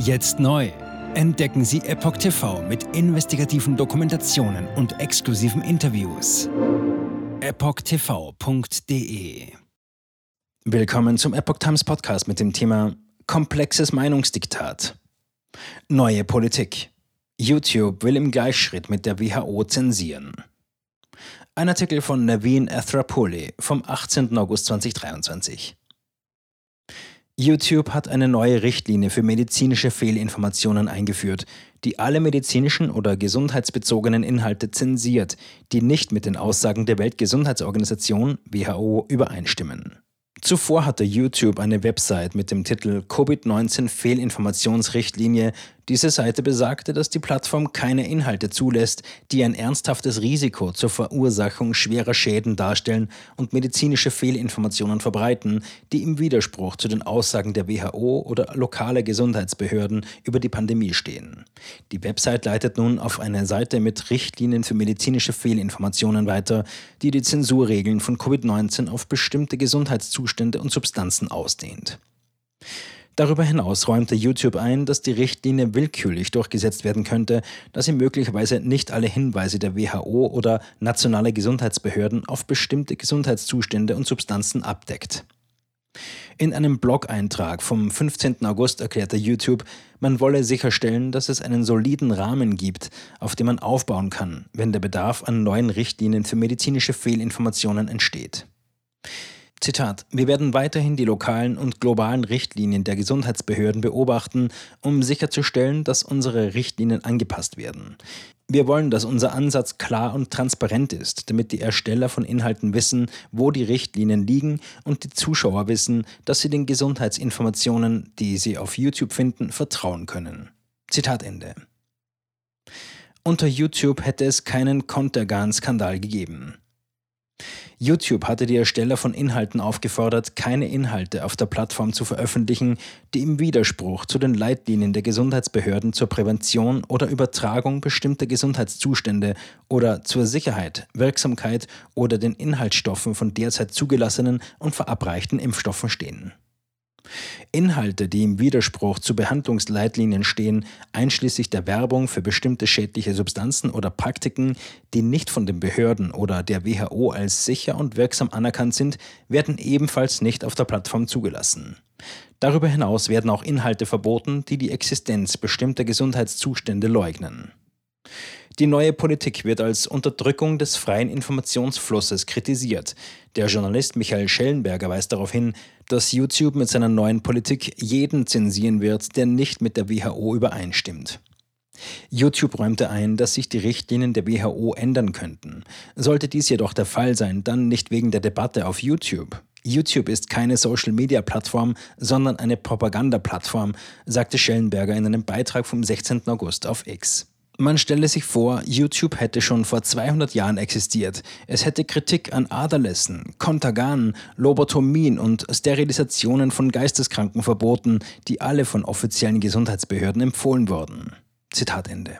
Jetzt neu. Entdecken Sie Epoch TV mit investigativen Dokumentationen und exklusiven Interviews. EpochTV.de. Willkommen zum Epoch Times Podcast mit dem Thema Komplexes Meinungsdiktat. Neue Politik. YouTube will im Gleichschritt mit der WHO zensieren. Ein Artikel von Naveen Athrapouli vom 18. August 2023. YouTube hat eine neue Richtlinie für medizinische Fehlinformationen eingeführt, die alle medizinischen oder gesundheitsbezogenen Inhalte zensiert, die nicht mit den Aussagen der Weltgesundheitsorganisation WHO übereinstimmen. Zuvor hatte YouTube eine Website mit dem Titel Covid-19-Fehlinformationsrichtlinie. Diese Seite besagte, dass die Plattform keine Inhalte zulässt, die ein ernsthaftes Risiko zur Verursachung schwerer Schäden darstellen und medizinische Fehlinformationen verbreiten, die im Widerspruch zu den Aussagen der WHO oder lokaler Gesundheitsbehörden über die Pandemie stehen. Die Website leitet nun auf eine Seite mit Richtlinien für medizinische Fehlinformationen weiter, die die Zensurregeln von Covid-19 auf bestimmte Gesundheitszustände und Substanzen ausdehnt. Darüber hinaus räumte YouTube ein, dass die Richtlinie willkürlich durchgesetzt werden könnte, da sie möglicherweise nicht alle Hinweise der WHO oder nationale Gesundheitsbehörden auf bestimmte Gesundheitszustände und Substanzen abdeckt. In einem Blog-Eintrag vom 15. August erklärte YouTube, man wolle sicherstellen, dass es einen soliden Rahmen gibt, auf dem man aufbauen kann, wenn der Bedarf an neuen Richtlinien für medizinische Fehlinformationen entsteht. Zitat: Wir werden weiterhin die lokalen und globalen Richtlinien der Gesundheitsbehörden beobachten, um sicherzustellen, dass unsere Richtlinien angepasst werden. Wir wollen, dass unser Ansatz klar und transparent ist, damit die Ersteller von Inhalten wissen, wo die Richtlinien liegen und die Zuschauer wissen, dass sie den Gesundheitsinformationen, die sie auf YouTube finden, vertrauen können. Zitat Ende. Unter YouTube hätte es keinen Contergan-Skandal gegeben. YouTube hatte die Ersteller von Inhalten aufgefordert, keine Inhalte auf der Plattform zu veröffentlichen, die im Widerspruch zu den Leitlinien der Gesundheitsbehörden zur Prävention oder Übertragung bestimmter Gesundheitszustände oder zur Sicherheit, Wirksamkeit oder den Inhaltsstoffen von derzeit zugelassenen und verabreichten Impfstoffen stehen. Inhalte, die im Widerspruch zu Behandlungsleitlinien stehen, einschließlich der Werbung für bestimmte schädliche Substanzen oder Praktiken, die nicht von den Behörden oder der WHO als sicher und wirksam anerkannt sind, werden ebenfalls nicht auf der Plattform zugelassen. Darüber hinaus werden auch Inhalte verboten, die die Existenz bestimmter Gesundheitszustände leugnen. Die neue Politik wird als Unterdrückung des freien Informationsflusses kritisiert. Der Journalist Michael Schellenberger weist darauf hin, dass YouTube mit seiner neuen Politik jeden zensieren wird, der nicht mit der WHO übereinstimmt. YouTube räumte ein, dass sich die Richtlinien der WHO ändern könnten. Sollte dies jedoch der Fall sein, dann nicht wegen der Debatte auf YouTube. YouTube ist keine Social-Media-Plattform, sondern eine Propagandaplattform, sagte Schellenberger in einem Beitrag vom 16. August auf X. Man stelle sich vor, YouTube hätte schon vor 200 Jahren existiert. Es hätte Kritik an Aderlässen, Contergan, Lobotomien und Sterilisationen von Geisteskranken verboten, die alle von offiziellen Gesundheitsbehörden empfohlen wurden. Zitat Ende.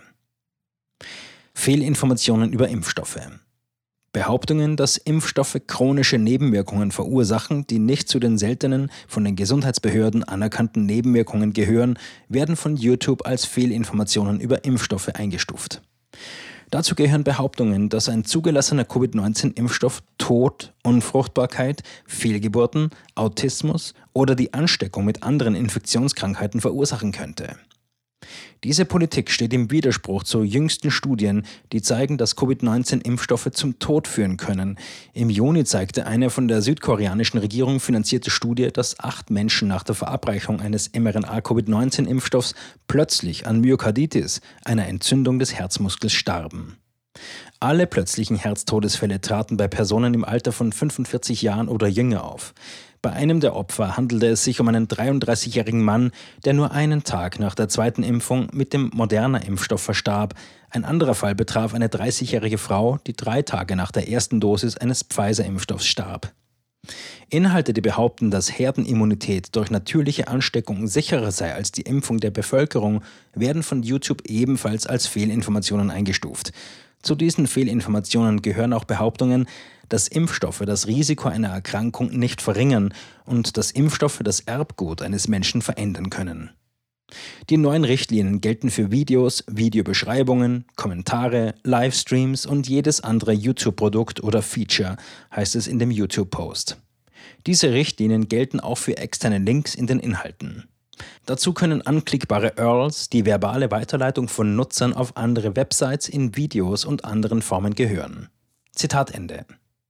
Fehlinformationen über Impfstoffe. Behauptungen, dass Impfstoffe chronische Nebenwirkungen verursachen, die nicht zu den seltenen, von den Gesundheitsbehörden anerkannten Nebenwirkungen gehören, werden von YouTube als Fehlinformationen über Impfstoffe eingestuft. Dazu gehören Behauptungen, dass ein zugelassener Covid-19-Impfstoff Tod, Unfruchtbarkeit, Fehlgeburten, Autismus oder die Ansteckung mit anderen Infektionskrankheiten verursachen könnte. Diese Politik steht im Widerspruch zu jüngsten Studien, die zeigen, dass Covid-19-Impfstoffe zum Tod führen können. Im Juni zeigte eine von der südkoreanischen Regierung finanzierte Studie, dass 8 Menschen nach der Verabreichung eines mRNA-Covid-19-Impfstoffs plötzlich an Myokarditis, einer Entzündung des Herzmuskels, starben. Alle plötzlichen Herztodesfälle traten bei Personen im Alter von 45 Jahren oder jünger auf. Bei einem der Opfer handelte es sich um einen 33-jährigen Mann, der nur einen Tag nach der zweiten Impfung mit dem Moderna-Impfstoff verstarb. Ein anderer Fall betraf eine 30-jährige Frau, die 3 Tage nach der ersten Dosis eines Pfizer-Impfstoffs starb. Inhalte, die behaupten, dass Herdenimmunität durch natürliche Ansteckung sicherer sei als die Impfung der Bevölkerung, werden von YouTube ebenfalls als Fehlinformationen eingestuft. Zu diesen Fehlinformationen gehören auch Behauptungen, dass Impfstoffe das Risiko einer Erkrankung nicht verringern und dass Impfstoffe das Erbgut eines Menschen verändern können. Die neuen Richtlinien gelten für Videos, Videobeschreibungen, Kommentare, Livestreams und jedes andere YouTube-Produkt oder Feature, heißt es in dem YouTube-Post. Diese Richtlinien gelten auch für externe Links in den Inhalten. Dazu können anklickbare URLs, die verbale Weiterleitung von Nutzern auf andere Websites in Videos und anderen Formen gehören. Zitat Ende.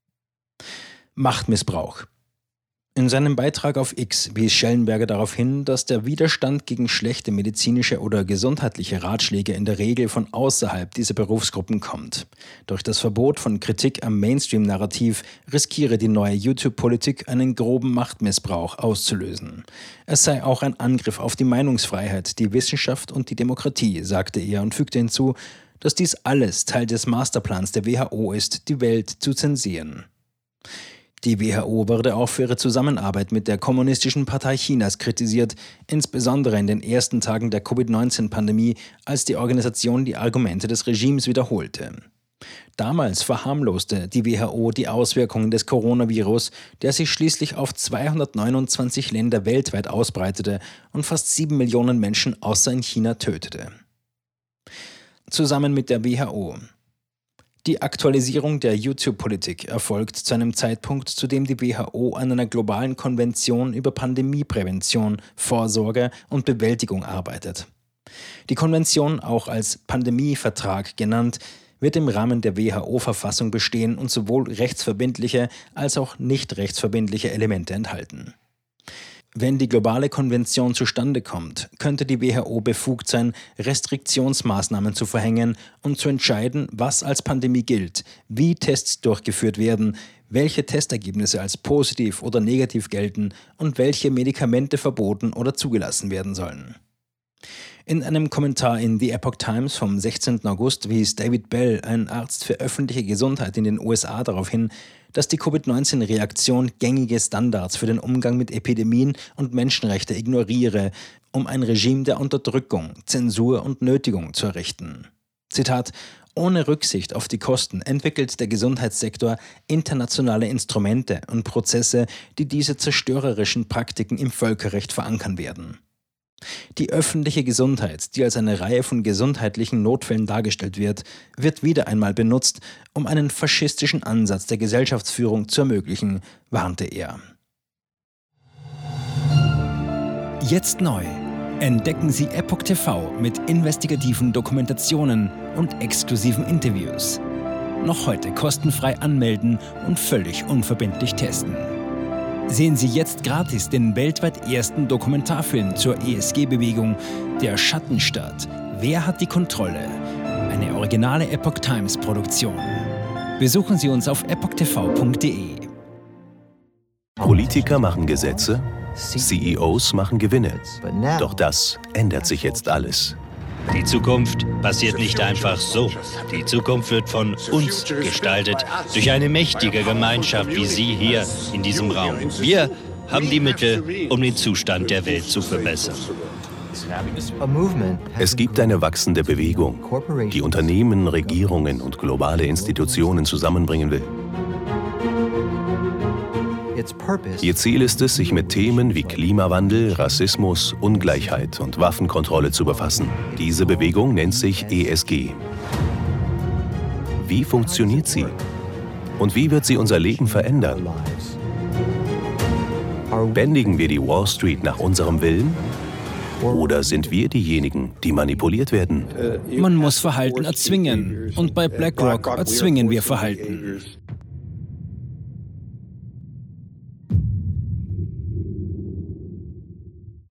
Machtmissbrauch. In seinem Beitrag auf X wies Schellenberger darauf hin, dass der Widerstand gegen schlechte medizinische oder gesundheitliche Ratschläge in der Regel von außerhalb dieser Berufsgruppen kommt. Durch das Verbot von Kritik am Mainstream-Narrativ riskiere die neue YouTube-Politik einen groben Machtmissbrauch auszulösen. Es sei auch ein Angriff auf die Meinungsfreiheit, die Wissenschaft und die Demokratie, sagte er und fügte hinzu, dass dies alles Teil des Masterplans der WHO ist, die Welt zu zensieren. Die WHO wurde auch für ihre Zusammenarbeit mit der Kommunistischen Partei Chinas kritisiert, insbesondere in den ersten Tagen der Covid-19-Pandemie, als die Organisation die Argumente des Regimes wiederholte. Damals verharmloste die WHO die Auswirkungen des Coronavirus, der sich schließlich auf 229 Länder weltweit ausbreitete und fast 7 Millionen Menschen außer in China tötete. Zusammen mit der WHO. Die Aktualisierung der YouTube-Politik erfolgt zu einem Zeitpunkt, zu dem die WHO an einer globalen Konvention über Pandemieprävention, Vorsorge und Bewältigung arbeitet. Die Konvention, auch als Pandemievertrag genannt, wird im Rahmen der WHO-Verfassung bestehen und sowohl rechtsverbindliche als auch nicht rechtsverbindliche Elemente enthalten. Wenn die globale Konvention zustande kommt, könnte die WHO befugt sein, Restriktionsmaßnahmen zu verhängen und zu entscheiden, was als Pandemie gilt, wie Tests durchgeführt werden, welche Testergebnisse als positiv oder negativ gelten und welche Medikamente verboten oder zugelassen werden sollen. In einem Kommentar in The Epoch Times vom 16. August wies David Bell, ein Arzt für öffentliche Gesundheit in den USA, darauf hin, dass die Covid-19-Reaktion gängige Standards für den Umgang mit Epidemien und Menschenrechte ignoriere, um ein Regime der Unterdrückung, Zensur und Nötigung zu errichten. Zitat: Ohne Rücksicht auf die Kosten entwickelt der Gesundheitssektor internationale Instrumente und Prozesse, die diese zerstörerischen Praktiken im Völkerrecht verankern werden. Die öffentliche Gesundheit, die als eine Reihe von gesundheitlichen Notfällen dargestellt wird, wird wieder einmal benutzt, um einen faschistischen Ansatz der Gesellschaftsführung zu ermöglichen, warnte er. Jetzt neu. Entdecken Sie Epoch TV mit investigativen Dokumentationen und exklusiven Interviews. Noch heute kostenfrei anmelden und völlig unverbindlich testen. Sehen Sie jetzt gratis den weltweit ersten Dokumentarfilm zur ESG-Bewegung, Der Schattenstaat. Wer hat die Kontrolle? Eine originale Epoch Times Produktion. Besuchen Sie uns auf epochtv.de. Politiker machen Gesetze, CEOs machen Gewinne. Doch das ändert sich jetzt alles. Die Zukunft passiert nicht einfach so. Die Zukunft wird von uns gestaltet, durch eine mächtige Gemeinschaft wie Sie hier in diesem Raum. Wir haben die Mittel, um den Zustand der Welt zu verbessern. Es gibt eine wachsende Bewegung, die Unternehmen, Regierungen und globale Institutionen zusammenbringen will. Ihr Ziel ist es, sich mit Themen wie Klimawandel, Rassismus, Ungleichheit und Waffenkontrolle zu befassen. Diese Bewegung nennt sich ESG. Wie funktioniert sie? Und wie wird sie unser Leben verändern? Bändigen wir die Wall Street nach unserem Willen? Oder sind wir diejenigen, die manipuliert werden? Man muss Verhalten erzwingen. Und bei BlackRock erzwingen wir Verhalten.